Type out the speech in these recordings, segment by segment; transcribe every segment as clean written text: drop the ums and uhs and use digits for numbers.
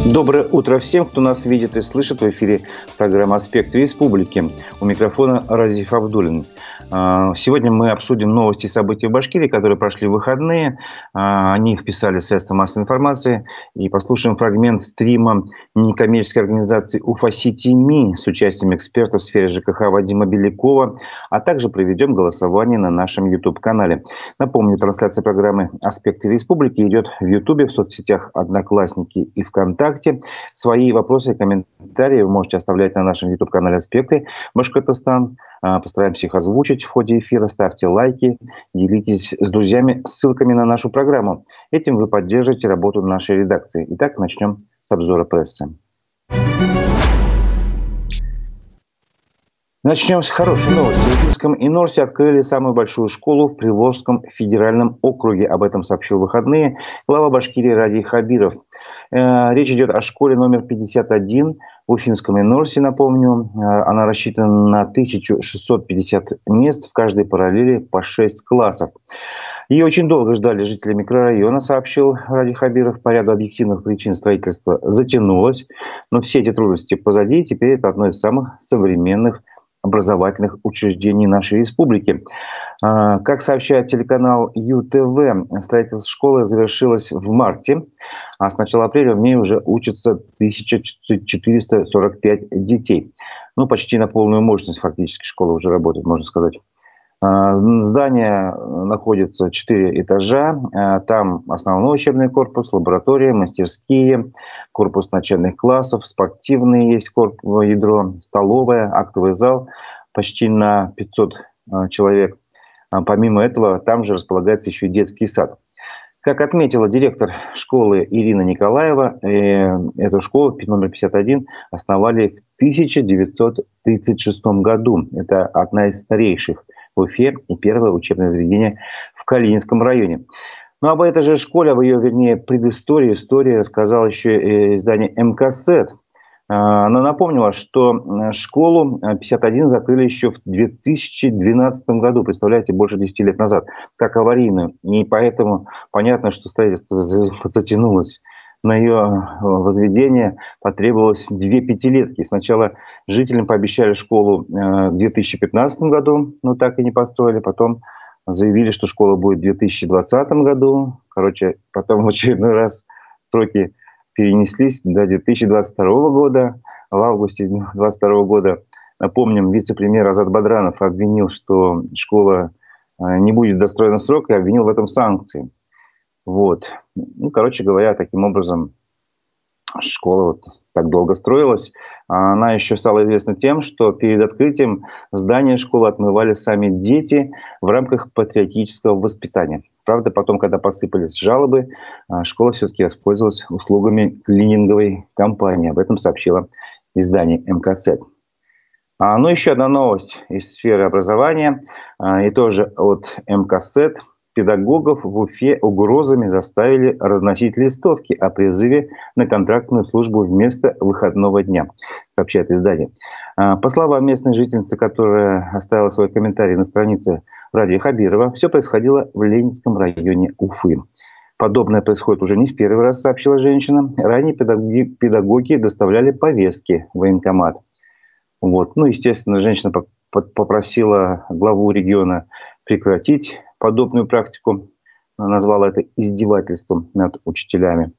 Доброе утро всем, кто нас видит и слышит. В эфире программа «Аспекты республики». У микрофона Разиф Абдуллин. Сегодня мы обсудим новости и события в Башкирии, которые прошли в выходные. О них писали средства массовой информации. И послушаем фрагмент стрима некоммерческой организации «Уфа-Сити-Ми» с участием экспертов в сфере ЖКХ Вадима Белякова, а также проведем голосование на нашем YouTube-канале. Напомню, трансляция программы «Аспекты республики» идет в YouTube, в соцсетях «Одноклассники» и ВКонтакте. Свои вопросы и комментарии вы можете оставлять на нашем YouTube-канале «Аспекты Башкортостан». Постараемся их озвучить в ходе эфира. Ставьте лайки, делитесь с друзьями ссылками на нашу программу. Этим вы поддержите работу нашей редакции. Итак, начнем с обзора прессы. Начнем с хорошей новости. В Уфимском Инорсе открыли самую большую школу в Приволжском федеральном округе. Об этом сообщил в выходные глава Башкирии Радий Хабиров. Речь идет о школе номер 51 в Уфимском Инорсе, напомню. Она рассчитана на 1650 мест, в каждой параллели по 6 классов. Ее очень долго ждали жители микрорайона, сообщил Радий Хабиров. По ряду объективных причин строительство затянулось, но все эти трудности позади. Теперь это одно из самых современных образовательных учреждений нашей республики. Как сообщает телеканал ЮТВ, строительство школы завершилось в марте, а с начала апреля в ней уже учатся 1445 детей. Ну, почти на полную мощность фактически школа уже работает, можно сказать. Здание находится 4 этажа. Там основной учебный корпус, лаборатория, мастерские, корпус начальных классов, спортивный есть ядро, столовая, актовый зал почти на 500 человек. Помимо этого, там же располагается еще и детский сад. Как отметила директор школы Ирина Николаева, эту школу номер 51 основали в 1936 году. Это одна из старейших в Уфе и первое учебное заведение в Калининском районе. Но об этой же школе, об ее, предыстории, истории рассказал еще издание МКСЭД. Она напомнила, что школу 51 закрыли еще в 2012 году, представляете, больше 10 лет назад, как аварийную. И поэтому понятно, что строительство затянулось. На ее возведение потребовалось 2 пятилетки. Сначала жителям пообещали школу в 2015 году, но так и не построили. Потом заявили, что школа будет в 2020 году. Потом в очередной раз сроки перенеслись до 2022 года. В августе 2022 года, напомним, вице-премьер Азат Бадранов обвинил, что школа не будет достроена в срок, и обвинил в этом санкции. Таким образом, школа так долго строилась. Она еще стала известна тем, что перед открытием здания школы отмывали сами дети в рамках патриотического воспитания. Правда, потом, когда посыпались жалобы, школа все-таки воспользовалась услугами клининговой компании. Об этом сообщило издание МКСЭД. Еще одна новость из сферы образования, и тоже от МКСЭД. Педагогов в Уфе угрозами заставили разносить листовки о призыве на контрактную службу вместо выходного дня, сообщает издание. По словам местной жительницы, которая оставила свой комментарий на странице Радия Хабирова, все происходило в Ленинском районе Уфы. Подобное происходит уже не в первый раз, сообщила женщина. Ранее педагоги доставляли повестки в военкомат. Естественно, женщина попросила главу региона прекратить подобную практику, назвала это издевательством над учителями.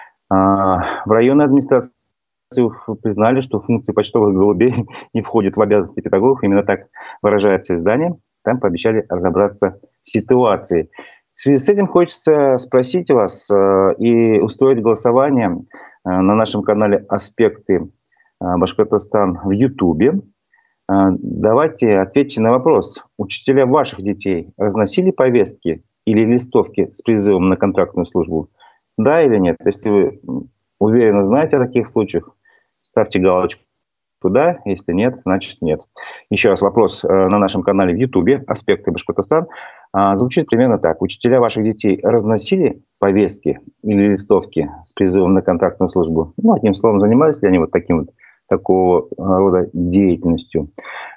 В районной администрации признали, что функции почтовых голубей не входят в обязанности педагогов. Именно так выражается издание. Там пообещали разобраться в ситуации. В связи с этим хочется спросить вас и устроить голосование на нашем канале «Аспекты Башкортостан» в Ютубе. Давайте ответьте на вопрос. Учителя ваших детей разносили повестки или листовки с призывом на контрактную службу? Да или нет? Если вы уверенно знаете о таких случаях, ставьте галочку «да». Если нет, значит нет. Еще раз вопрос на нашем канале в Ютубе «Аспекты Башкортостан» звучит примерно так. Учителя ваших детей разносили повестки или листовки с призывом на контрактную службу? Одним словом, занимались ли они такого рода деятельностью?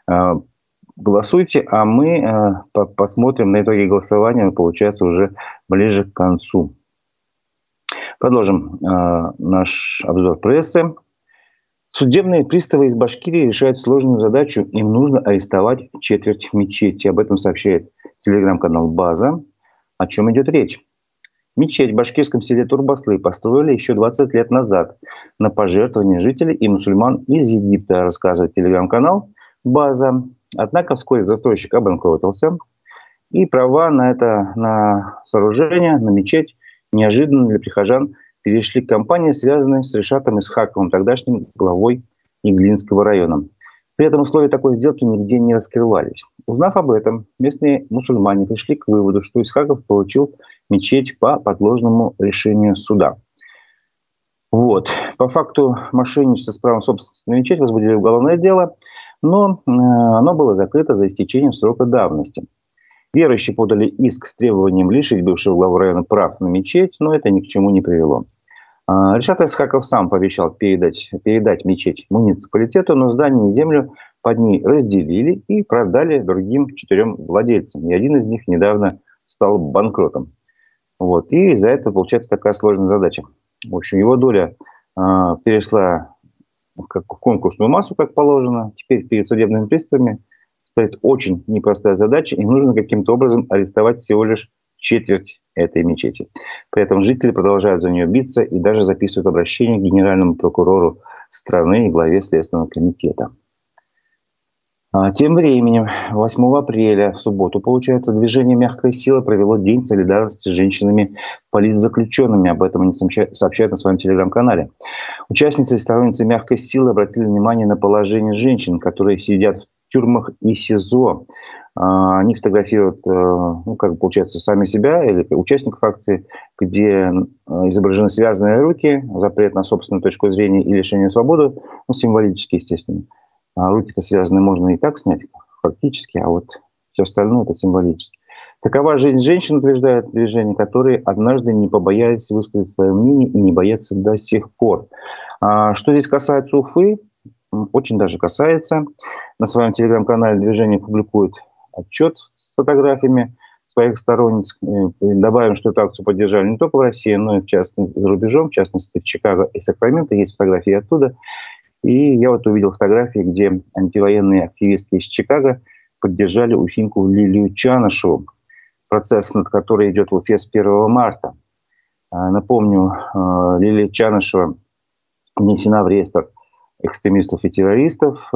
Голосуйте, а мы посмотрим на итоги голосования, получается, уже ближе к концу. Продолжим наш обзор прессы. Судебные приставы из Башкирии решают сложную задачу. Им нужно арестовать четверть мечети. Об этом сообщает телеграм-канал «База». О чем идет речь? Мечеть в башкирском селе Турбаслы построили еще 20 лет назад на пожертвования жителей и мусульман из Египта, рассказывает телеграм-канал «База». Однако вскоре застройщик обанкротился, и права на сооружение, на мечеть неожиданно для прихожан перешли к компании, связанной с Решатом Исхаковым, тогдашним главой Иглинского района. При этом условия такой сделки нигде не раскрывались. Узнав об этом, местные мусульмане пришли к выводу, что Исхаков получил мечеть по подложному решению суда. Вот. По факту мошенничества с правом собственности на мечеть возбудили уголовное дело, но оно было закрыто за истечением срока давности. Верующие подали иск с требованием лишить бывшего главу района прав на мечеть, но это ни к чему не привело. Решат Исхаков сам пообещал передать мечеть муниципалитету, но здание и землю под ней разделили и продали другим 4 владельцам. И один из них недавно стал банкротом. Вот. И из-за этого получается такая сложная задача. В общем, его доля перешла в конкурсную массу, как положено. Теперь перед судебными приставами стоит очень непростая задача, и нужно каким-то образом арестовать всего лишь четверть этой мечети. При этом жители продолжают за нее биться и даже записывают обращение к генеральному прокурору страны и главе Следственного комитета. Тем временем, 8 апреля, в субботу, получается, движение «Мягкая сила» провело День солидарности с женщинами-политзаключенными. Об этом они сообщают на своем телеграм-канале. Участницы и сторонницы «Мягкой силы» обратили внимание на положение женщин, которые сидят в тюрьмах и СИЗО. Они фотографируют, получается, сами себя или участников акции, где изображены связанные руки, запрет на собственную точку зрения и лишение свободы, символически, естественно. Руки-то связаны можно и так снять, фактически, а вот все остальное это символически. Такова жизнь женщин, утверждает движение, которые однажды не побоялись высказать свое мнение и не боятся до сих пор. Что здесь касается Уфы, очень даже касается. На своем телеграм-канале движение публикует отчет с фотографиями своих сторонниц. Добавим, что эту акцию поддержали не только в России, но и в частности за рубежом, в частности в Чикаго и Сакраменто. Есть фотографии оттуда. И я вот увидел фотографии, где антивоенные активистки из Чикаго поддержали уфимку Лилию Чанышеву, процесс над которой идет в Уфе с 1 марта. Напомню, Лилия Чанышева внесена в реестр экстремистов и террористов.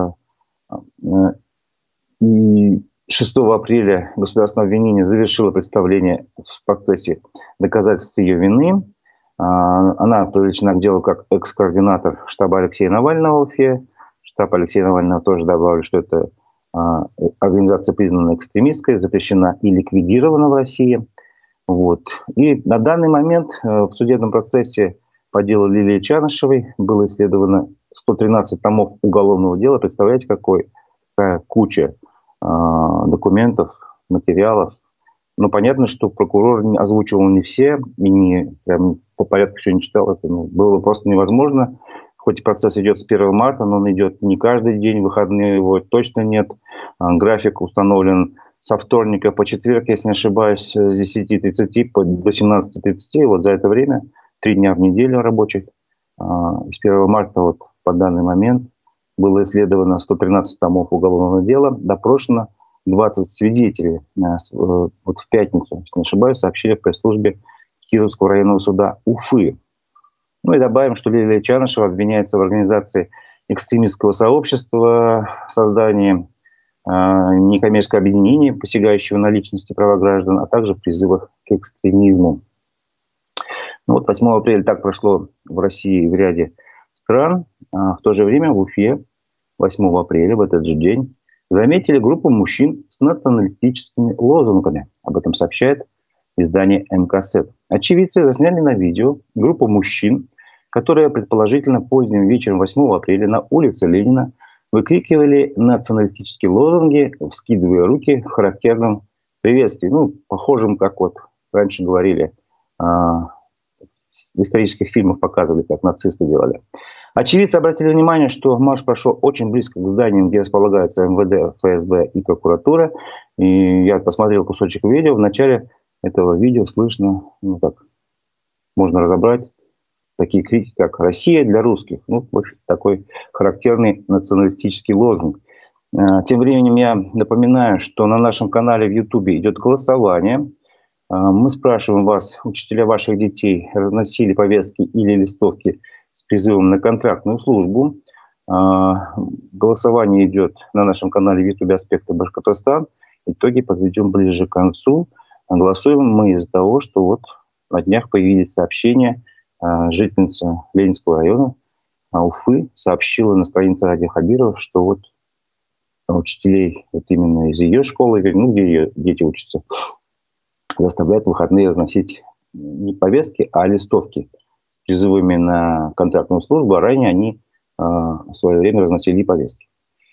И 6 апреля государственное обвинение завершило представление в процессе доказательств ее вины. Она привлечена к делу как экс-координатор штаба Алексея Навального в Уфе. Штаб Алексея Навального тоже добавили, что это организация признана экстремистской, запрещена и ликвидирована в России. Вот. И на данный момент в судебном процессе по делу Лилии Чанышевой было исследовано 113 томов уголовного дела. Представляете, какая куча документов, материалов. Но понятно, что прокурор озвучивал не все и не прям по порядку все не читал. Это было просто невозможно. Хоть процесс идет с 1 марта, но он идет не каждый день, выходные его точно нет. График установлен со вторника по четверг, если не ошибаюсь, с 10:30 до 17:30. Вот за это время 3 дня в неделю рабочих. С 1 марта вот по данный момент было исследовано 113 томов уголовного дела, допрошено 20 свидетелей. Вот в пятницу, если не ошибаюсь, сообщили в пресс-службе Кировского районного суда Уфы. Ну и добавим, что Лилия Чанышева обвиняется в организации экстремистского сообщества, создании некоммерческого объединения, посягающего на личности права граждан, а также в призывах к экстремизму. Ну вот 8 апреля так прошло в России и в ряде стран. В то же время в Уфе 8 апреля, в этот же день, заметили группу мужчин с националистическими лозунгами. Об этом сообщает издание МКСЭД. Очевидцы засняли на видео группу мужчин, которые предположительно поздним вечером 8 апреля на улице Ленина выкрикивали националистические лозунги, вскидывая руки в характерном приветствии. Ну, похожим, как вот раньше говорили, в исторических фильмах показывали, как нацисты делали. Очевидцы обратили внимание, что марш прошел очень близко к зданиям, где располагаются МВД, ФСБ и прокуратура. И я посмотрел кусочек видео. В начале этого видео слышно можно разобрать такие крики, как «Россия для русских». Ну, в общем, такой характерный националистический лозунг. Тем временем я напоминаю, что на нашем канале в Ютубе идет голосование. Мы спрашиваем вас, учителя ваших детей разносили повестки или листовки с призывом на контрактную службу? Голосование идет на нашем канале в Ютубе «Аспекты Башкортостан». Итоги подведем ближе к концу. Голосуем мы из-за того, что вот на днях появились сообщения. Жительница Ленинского района Уфы сообщила на странице радио Хабирова, что вот учителей вот именно из ее школы, ну, где ее дети учатся, заставляют в выходные разносить не повестки, а листовки с призывами на контрактную службу. А ранее они в свое время разносили повестки.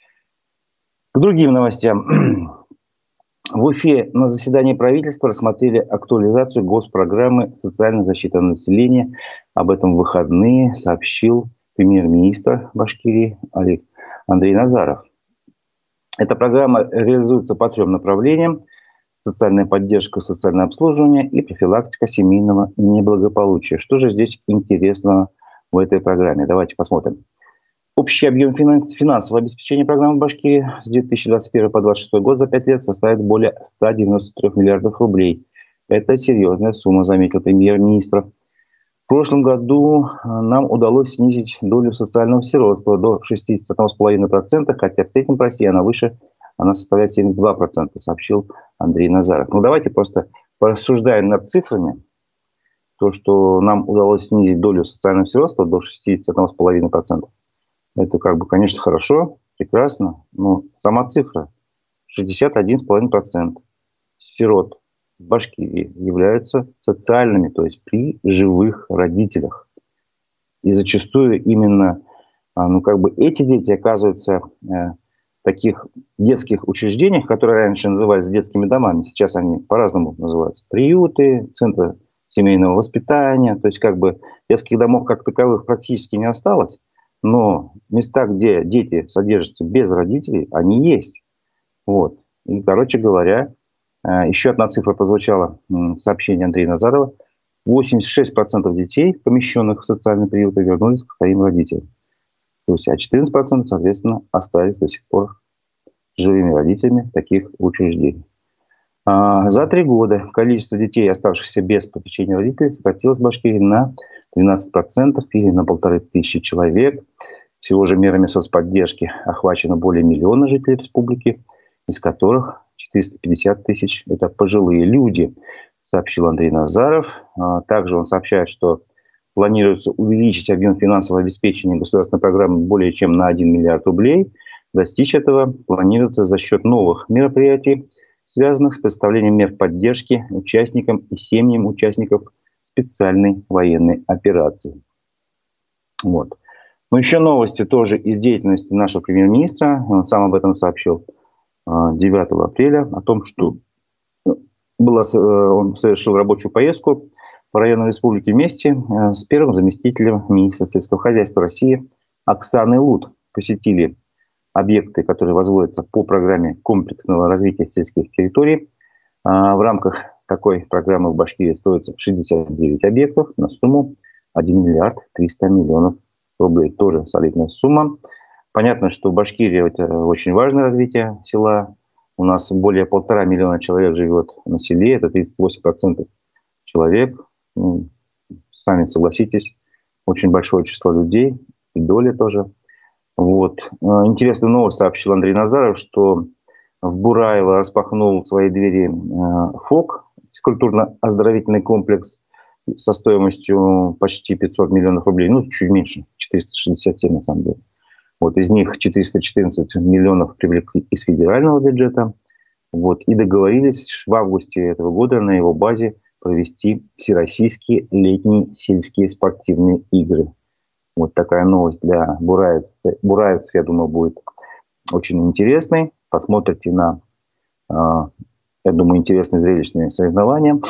К другим новостям. В Уфе на заседании правительства рассмотрели актуализацию госпрограммы социальной защиты населения. Об этом в выходные сообщил премьер-министр Башкирии Андрей Назаров. Эта программа реализуется по 3 направлениям: социальная поддержка, социальное обслуживание и профилактика семейного неблагополучия. Что же здесь интересного в этой программе? Давайте посмотрим. Общий объем финансового обеспечения программы Башкирии с 2021 по 2026 год за 5 лет составит более 193 миллиардов рублей. Это серьезная сумма, заметил премьер-министр. В прошлом году нам удалось снизить долю социального сиротства до 61,5%, хотя в среднем по России она составляет 72%, сообщил Андрей Назаров. Ну, давайте просто порассуждаем над цифрами. То, что нам удалось снизить долю социального сиротства до 61,5%. Это, конечно, хорошо, прекрасно, но сама цифра 61,5% сирот в Башкирии являются социальными, то есть при живых родителях. И зачастую именно эти дети оказываются в таких детских учреждениях, которые раньше назывались детскими домами, сейчас они по-разному называются. Приюты, центры семейного воспитания, то есть детских домов как таковых практически не осталось. Но места, где дети содержатся без родителей, они есть. Вот. И, говоря, еще одна цифра прозвучала в сообщении Андрея Назарова. 86% детей, помещенных в социальные приюты, вернулись к своим родителям. То есть, 14%, соответственно, остались до сих пор живыми родителями таких учреждений. За 3 года количество детей, оставшихся без попечения родителей, сократилось в Башкирии на 12% или на 1500 человек. Всего же мерами соцподдержки охвачено более 1 миллиона жителей республики, из которых 450 тысяч – это пожилые люди, сообщил Андрей Назаров. Также он сообщает, что планируется увеличить объем финансового обеспечения государственной программы более чем на 1 миллиард рублей. Достичь этого планируется за счет новых мероприятий, связанных с представлением мер поддержки участникам и семьям участников специальной военной операции. Вот. Но еще новости тоже из деятельности нашего премьер-министра. Он сам об этом сообщил 9 апреля, о том, что он совершил рабочую поездку по районам республики вместе с первым заместителем министра сельского хозяйства России Оксаной Лут. Посетили объекты, которые возводятся по программе комплексного развития сельских территорий. В рамках такой программы в Башкирии строится 69 объектов на сумму 1 миллиард 300 миллионов рублей. Тоже солидная сумма. Понятно, что в Башкирии это очень важное развитие села. У нас более 1,5 миллиона человек живет на селе. Это 38% человек. Сами согласитесь, очень большое число людей. И доля тоже. Вот. Интересную новость сообщил Андрей Назаров, что в Бураево распахнул свои двери ФОК, физкультурно-оздоровительный комплекс со стоимостью почти 500 миллионов рублей, чуть меньше, 467 на самом деле. Вот, из них 414 миллионов привлекли из федерального бюджета. Вот, и договорились в августе этого года на его базе провести всероссийские летние сельские спортивные игры. Вот такая новость для бураевцев, я думаю, будет очень интересной. Посмотрите на, я думаю, интересные зрелищные соревнования.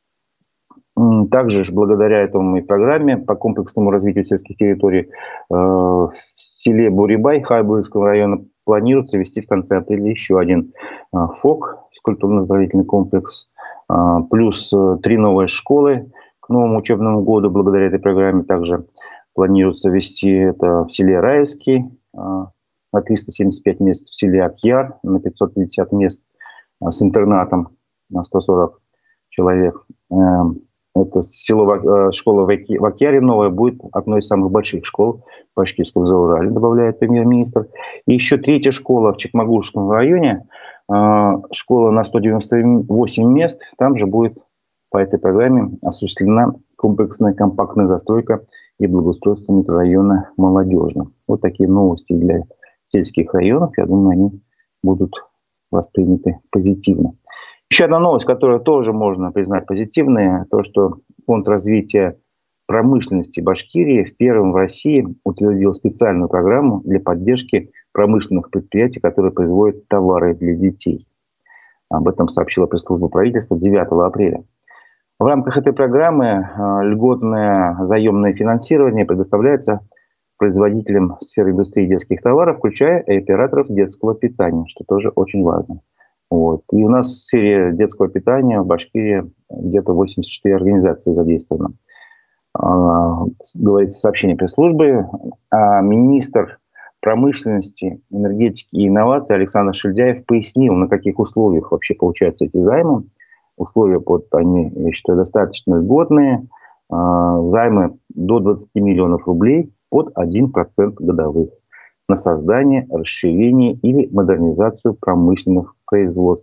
Также благодаря этому программе по комплексному развитию сельских территорий в селе Бурибай Хайбургского района планируется ввести в конце апреля еще один ФОК, физкультурно-оздоровительный комплекс, плюс 3 новые школы, к новому учебному году благодаря этой программе также планируется ввести это в селе Раевский на 375 мест, в селе Акьяр на 550 мест с интернатом на 140 человек. Это школа в Акьяре новая будет одной из самых больших школ Башкирского Зауралья, добавляет премьер-министр. И еще третья школа в Чекмагурском районе, школа на 198 мест, там же будет по этой программе осуществлена комплексная компактная застройка и благоустройство микрорайона Молодежного. Вот такие новости для сельских районов. Я думаю, они будут восприняты позитивно. Еще одна новость, которую тоже можно признать позитивной, то, что Фонд развития промышленности Башкирии первым в России утвердил специальную программу для поддержки промышленных предприятий, которые производят товары для детей. Об этом сообщила пресс-служба правительства 9 апреля. В рамках этой программы льготное заемное финансирование предоставляется производителям сферы индустрии детских товаров, включая и операторов детского питания, что тоже очень важно. Вот. И у нас в сфере детского питания в Башкирии где-то 84 организации задействовано. Говорится в сообщении пресс-службы. Министр промышленности, энергетики и инноваций Александр Шильдяев пояснил, на каких условиях вообще получаются эти займы. Условия, они, я считаю, достаточно льготные. Займы до 20 миллионов рублей под 1% годовых на создание, расширение или модернизацию промышленных производств.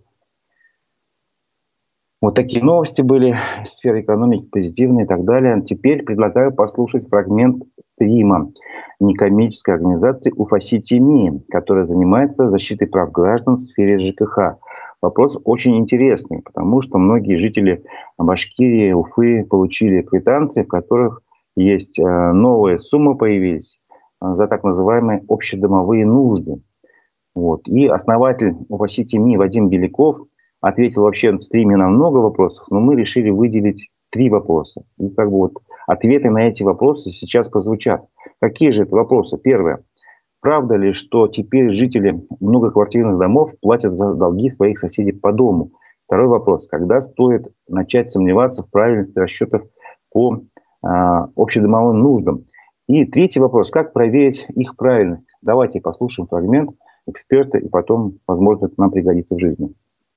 Вот такие новости были из сферы экономики, позитивные и так далее. Теперь предлагаю послушать фрагмент стрима некоммерческой организации УФА-Сити-Ми, которая занимается защитой прав граждан в сфере ЖКХ. Вопрос очень интересный, потому что многие жители Башкирии, Уфы получили квитанции, в которых есть новые суммы появились за так называемые общедомовые нужды. Вот. И основатель УФА-Сити-Ми Вадим Беляков ответил вообще в стриме на много вопросов, но мы решили выделить 3 вопроса. И ответы на эти вопросы сейчас прозвучат. Какие же это вопросы? Первое. Правда ли, что теперь жители многоквартирных домов платят за долги своих соседей по дому? Второй вопрос. Когда стоит начать сомневаться в правильности расчетов по общедомовым нуждам? И третий вопрос. Как проверить их правильность? Давайте послушаем фрагмент эксперта, и потом, возможно, это нам пригодится в жизни.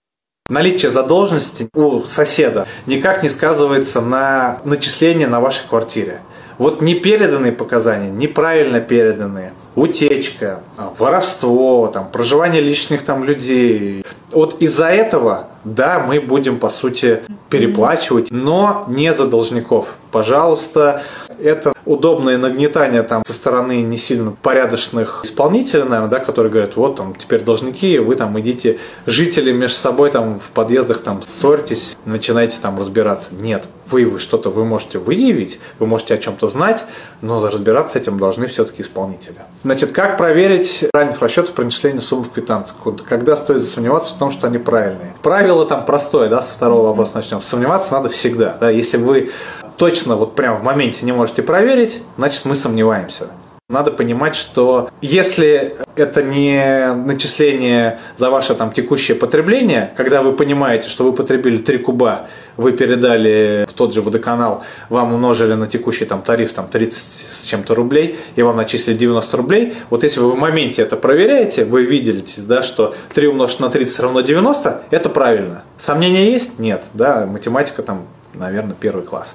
Наличие задолженности у соседа никак не сказывается на начислении на вашей квартире. Вот непереданные показания, неправильно переданные, утечка, воровство, проживание лишних людей. Вот из-за этого, да, мы будем, по сути, переплачивать, но не за должников. Пожалуйста, это удобное нагнетание со стороны не сильно порядочных исполнителей, наверное, да, которые говорят, вот теперь должники, вы идите, жители между собой в подъездах ссорьтесь, начинаете разбираться. Нет, вы что-то вы можете выявить, вы можете о чем-то знать, но разбираться с этим должны все-таки исполнители. Значит, как проверить правильность расчетов при начислении суммы в квитанции? Когда стоит засомневаться в том, что они правильные? Правило простое, да, со второго вопроса начнем. Сомневаться надо всегда, да, если вы точно прямо в моменте не можете проверить, значит мы сомневаемся. Надо понимать, что если это не начисление за ваше текущее потребление, когда вы понимаете, что вы потребили 3 куба, вы передали в тот же водоканал, вам умножили на текущий тариф 30 с чем-то рублей, и вам начислили 90 рублей, вот если вы в моменте это проверяете, вы видите, да, что 3 умножить на 30 равно 90, это правильно. Сомнения есть? Нет. Да, математика наверное, 1 класс.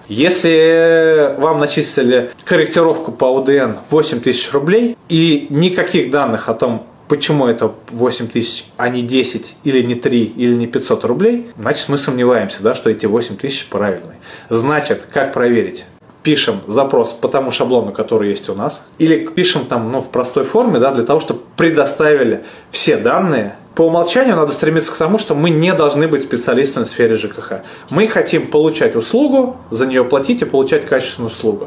Если вам начислили корректировку по УДН 8 тысяч рублей и никаких данных о том, почему это 8 тысяч, а не 10, или не 3, или не 500 рублей, значит мы сомневаемся, да, что эти 8 тысяч правильные. Значит, как проверить? Пишем запрос по тому шаблону, который есть у нас, или пишем в простой форме, да, для того, чтобы предоставили все данные. По умолчанию надо стремиться к тому, что мы не должны быть специалистами в сфере ЖКХ. Мы хотим получать услугу, за нее платить и получать качественную услугу.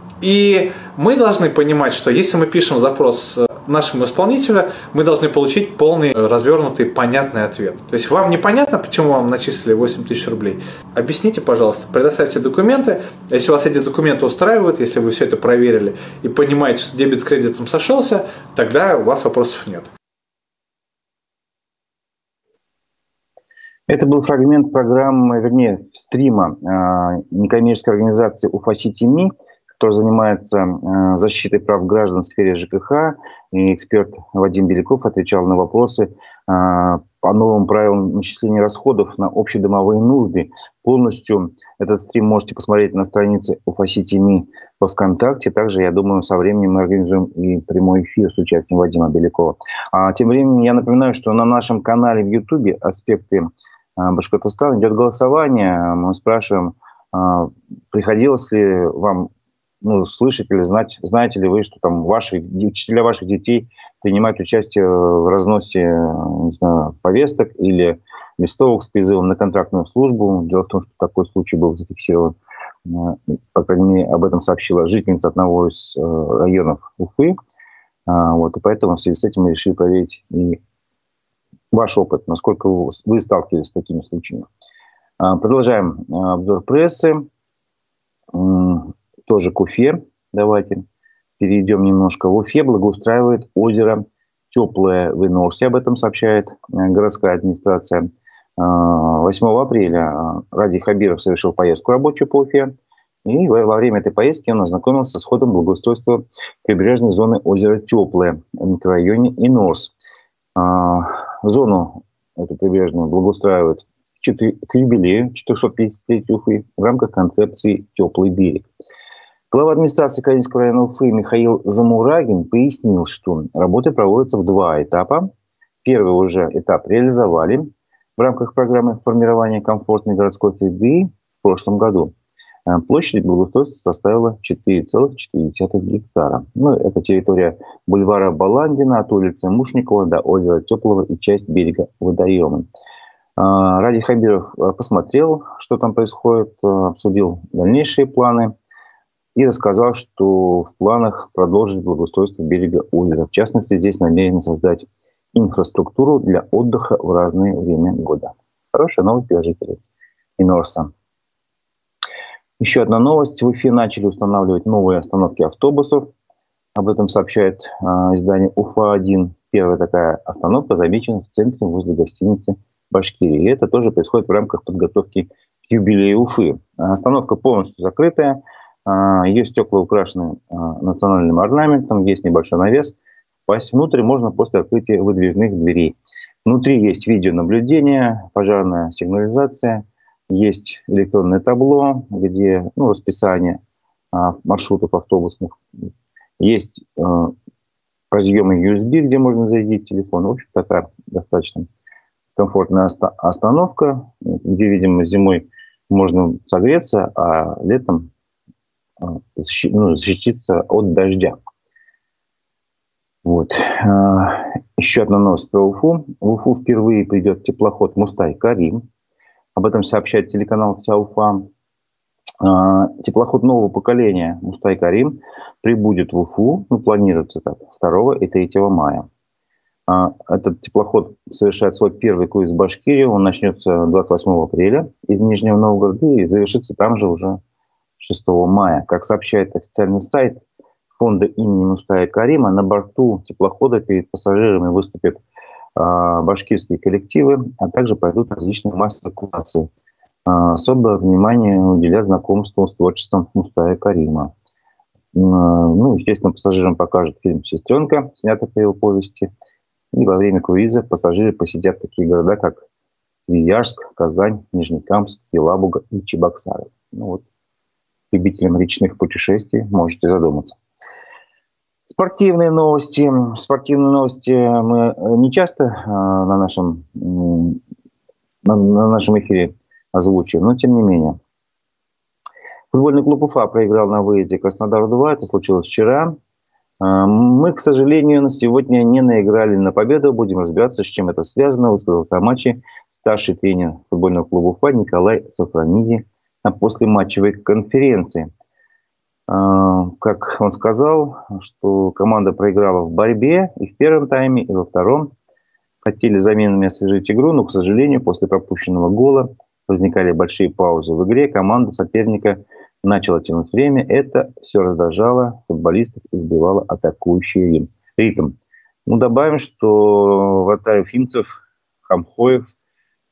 И мы должны понимать, что если мы пишем запрос нашему исполнителю, мы должны получить полный, развернутый, понятный ответ. То есть вам непонятно, почему вам начислили 8 тысяч рублей? Объясните, пожалуйста, предоставьте документы. Если вас эти документы устраивают, если вы все это проверили и понимаете, что дебет кредитом сошелся, тогда у вас вопросов нет. Это был фрагмент программы, вернее, стрима некоммерческой организации УФА-Сити.ми, которая занимается защитой прав граждан в сфере ЖКХ. И эксперт Вадим Беляков отвечал на вопросы по новым правилам начисления расходов на общедомовые нужды. Полностью этот стрим можете посмотреть на странице УФА-Сити.ми во ВКонтакте. Также, я думаю, со временем мы организуем и прямой эфир с участием Вадима Белякова. А тем временем я напоминаю, что на нашем канале в Ютубе «Аспекты Башкортостана» идет голосование. Мы спрашиваем, приходилось ли вам слышать или знать, знаете ли вы, что там учителя ваших детей принимают участие в разносе, не знаю, повесток или листовок с призывом на контрактную службу. Дело в том, что такой случай был зафиксирован. По крайней мере, об этом сообщила жительница одного из районов Уфы. И поэтому в связи с этим мы решили проверить и ваш опыт, насколько вы сталкивались с такими случаями. Продолжаем обзор прессы. Тоже к Уфе. Давайте перейдем немножко. В Уфе благоустраивает озеро Теплое в Инорсе. Об этом сообщает городская администрация. 8 апреля Ради Хабиров совершил поездку рабочую по Уфе. И во время этой поездки он ознакомился с ходом благоустройства прибрежной зоны озера Теплое в микрорайоне Инорс. Зону эту прибрежную благоустраивают к юбилею 450-летию Уфы в рамках концепции «Теплый берег». Глава администрации Калининского района Уфы Михаил Замурагин пояснил, что работы проводятся в 2 этапа. Первый уже этап реализовали в рамках программы формирования комфортной городской среды в прошлом году. Площадь благоустройства составила 4,4 гектара. Это территория бульвара Баландина от улицы Мушникова до озера Теплого и часть берега водоема. Ради Хабиров посмотрел, что там происходит, обсудил дальнейшие планы и рассказал, что в планах продолжить благоустройство берега озера. В частности, здесь намерены создать инфраструктуру для отдыха в разное время года. Хорошая новость для жителей Инорса. Еще одна новость. В Уфе начали устанавливать новые остановки автобусов. Об этом сообщает издание УФА-1. Первая такая остановка замечена в центре возле гостиницы Башкирии. И это тоже происходит в рамках подготовки к юбилею Уфы. Остановка полностью закрытая. Ее стекла украшены национальным орнаментом. Есть небольшой навес. Попасть внутрь можно после открытия выдвижных дверей. Внутри есть видеонаблюдение, пожарная сигнализация. Есть электронное табло, где расписание маршрутов автобусных. Есть разъемы USB, где можно зарядить телефон. В общем, такая достаточно комфортная остановка, где, видимо, зимой можно согреться, а летом защититься от дождя. Еще одна новость про Уфу. В Уфу впервые придет теплоход «Мустай-Карим». Об этом сообщает телеканал «Вся Уфа». Теплоход нового поколения «Мустай-Карим» прибудет в Уфу, планируется так, 2 и 3 мая. Этот теплоход совершает свой первый круиз в Башкирии. Он начнется 28 апреля из Нижнего Новгорода и завершится там же уже 6 мая. Как сообщает официальный сайт фонда имени Мустая-Карима, на борту теплохода перед пассажирами выступят башкирские коллективы, а также пройдут различные мастер-классы. Особое внимание уделят знакомству с творчеством Мустая-Карима. Естественно, пассажирам покажут фильм «Сестренка», снятый по его повести. И во время круиза пассажиры посетят такие города, как Свияжск, Казань, Нижнекамск, Елабуга и Чебоксары. Любителям речных путешествий можете задуматься. Спортивные новости. Спортивные новости мы не часто на нашем эфире озвучиваем, но тем не менее. Футбольный клуб Уфа проиграл на выезде Краснодару-2. Это случилось вчера. Мы, к сожалению, на сегодня не наиграли на победу. Будем разбираться, с чем это связано. Высказался о матче старший тренер футбольного клуба Уфа Николай Сафрониди на послематчевой конференции. Как он сказал, что команда проиграла в борьбе и в первом тайме, и во втором. Хотели заменами освежить игру, но, к сожалению, после пропущенного гола возникали большие паузы в игре. Команда соперника начала тянуть время. Это все раздражало футболистов и сбивало атакующий ритм. Добавим, что вратарь уфимцев Хамхоев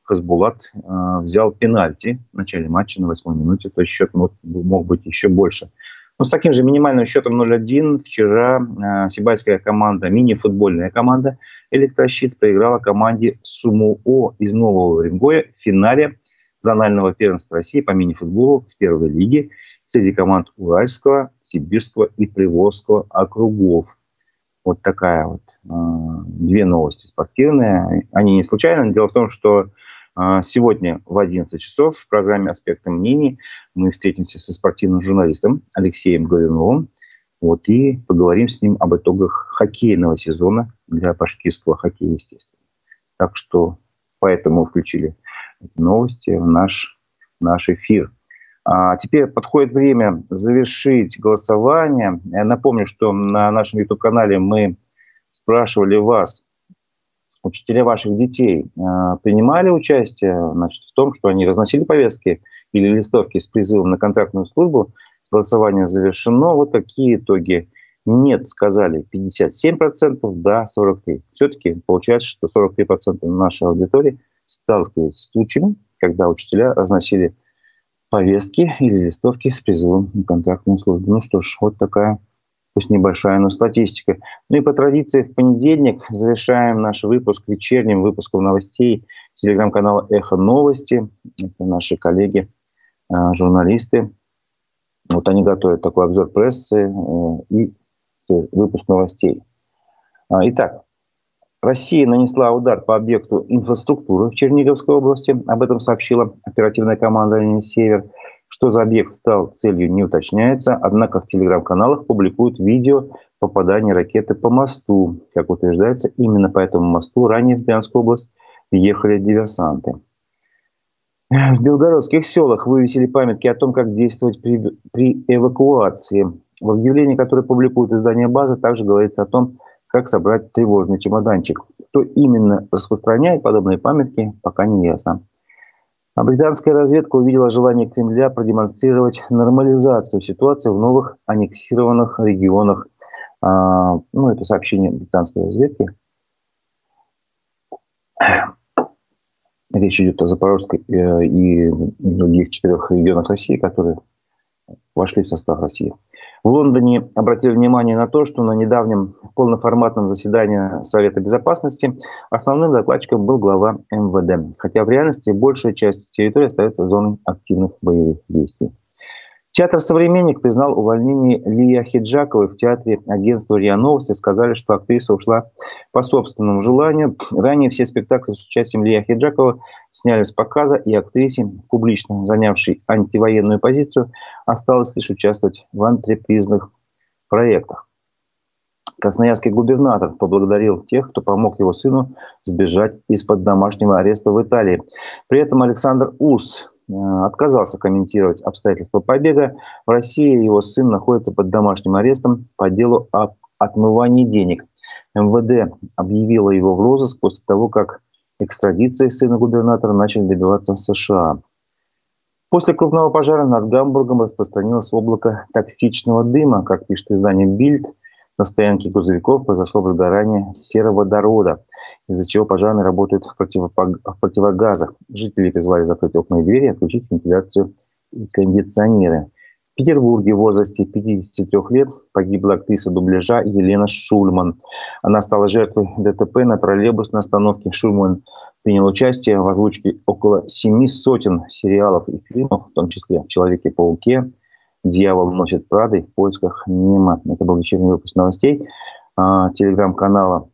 Хасбулат взял пенальти в начале матча на 8-й минуте, то есть счет мог быть еще больше. Но с таким же минимальным счетом 0-1 вчера сибайская команда, мини-футбольная команда «Электрощит» проиграла команде «Сумуо» из Нового Уренгоя в финале зонального первенства России по мини-футболу в первой лиге среди команд Уральского, Сибирского и Приволжского округов. Вот такая вот две новости спортивные. Они не случайны. Дело в том, что сегодня в 11 часов в программе «Аспекты мнений» мы встретимся со спортивным журналистом Алексеем Горюновым. Вот, и поговорим с ним об итогах хоккейного сезона для башкирского хоккея, естественно. Так что поэтому включили эти новости в наш эфир. А теперь подходит время завершить голосование. Я напомню, что на нашем YouTube-канале мы спрашивали вас, учителя ваших детей принимали участие, значит, в том, что они разносили повестки или листовки с призывом на контрактную службу. Голосование завершено. Вот такие итоги. Нет, сказали 57%, да, 43%. Все-таки получается, что 43% нашей аудитории сталкиваются с случаями, когда учителя разносили повестки или листовки с призывом на контрактную службу. Ну что ж, вот такая, пусть небольшая, но статистика. Ну и по традиции в понедельник завершаем наш выпуск вечерним выпуском новостей телеграм-канала «Эхо Новости». Это наши коллеги, журналисты. Вот они готовят такой обзор прессы и выпуск новостей. Итак, Россия нанесла удар по объекту инфраструктуры в Черниговской области. Об этом сообщила оперативная команда «Линия Север». Что за объект стал целью, не уточняется. Однако в телеграм-каналах публикуют видео попадания ракеты по мосту. Как утверждается, именно по этому мосту ранее в Брянскую область ехали диверсанты. В белгородских селах вывесили памятки о том, как действовать при эвакуации. В объявлении, которое публикует издание «База», также говорится о том, как собрать тревожный чемоданчик. Кто именно распространяет подобные памятки, пока не ясно. А британская разведка увидела желание Кремля продемонстрировать нормализацию ситуации в новых аннексированных регионах. Это сообщение британской разведки. Речь идет о Запорожской и других 4 регионах России, которые вошли в состав России. В Лондоне обратили внимание на то, что на недавнем полноформатном заседании Совета Безопасности основным докладчиком был глава МВД. Хотя в реальности большая часть территории остается зоной активных боевых действий. Театр «Современник» признал увольнение Лии Ахеджаковой. В театре агентства РИА Новости сказали, что актриса ушла по собственному желанию. Ранее все спектакли с участием Лии Ахеджаковой сняли с показа, и актрисе, публично занявшей антивоенную позицию, осталось лишь участвовать в антрепризных проектах. Красноярский губернатор поблагодарил тех, кто помог его сыну сбежать из-под домашнего ареста в Италии. При этом Александр Ус отказался комментировать обстоятельства побега. В России его сын находится под домашним арестом по делу об отмывании денег. МВД объявило его в розыск после того, как экстрадиции сына губернатора начали добиваться в США. После крупного пожара над Гамбургом распространилось облако токсичного дыма. Как пишет издание «Бильд», на стоянке грузовиков произошло возгорание сероводорода, из-за чего пожарные работают в противогазах. Жители призвали закрыть окна и двери и отключить вентиляцию и кондиционеры. В Петербурге в возрасте 53 лет погибла актриса дубляжа Елена Шульман. Она стала жертвой ДТП на троллейбусной остановке. Шульман принял участие в озвучке около 700 сериалов и фильмов, в том числе в «Человеке-пауке», «Дьявол носит Прада» и «В поисках Немо». Это был вечерний выпуск новостей телеграм-канала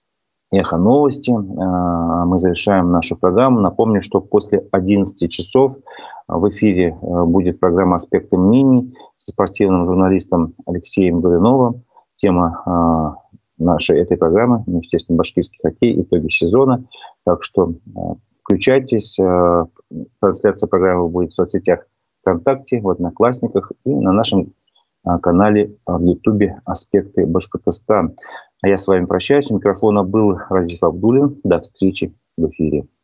«Эхо Новости». Мы завершаем нашу программу. Напомню, что после 11 часов в эфире будет программа «Аспекты мнений» со спортивным журналистом Алексеем Горюновым. Тема нашей этой программы, естественно, башкирский хоккей, итоги сезона. Так что включайтесь. Трансляция программы будет в соцсетях ВКонтакте, в Одноклассниках и на нашем канале в Ютубе «Аспекты Башкортостан». А я с вами прощаюсь. У микрофона был Разиф Абдуллин. До встречи в эфире.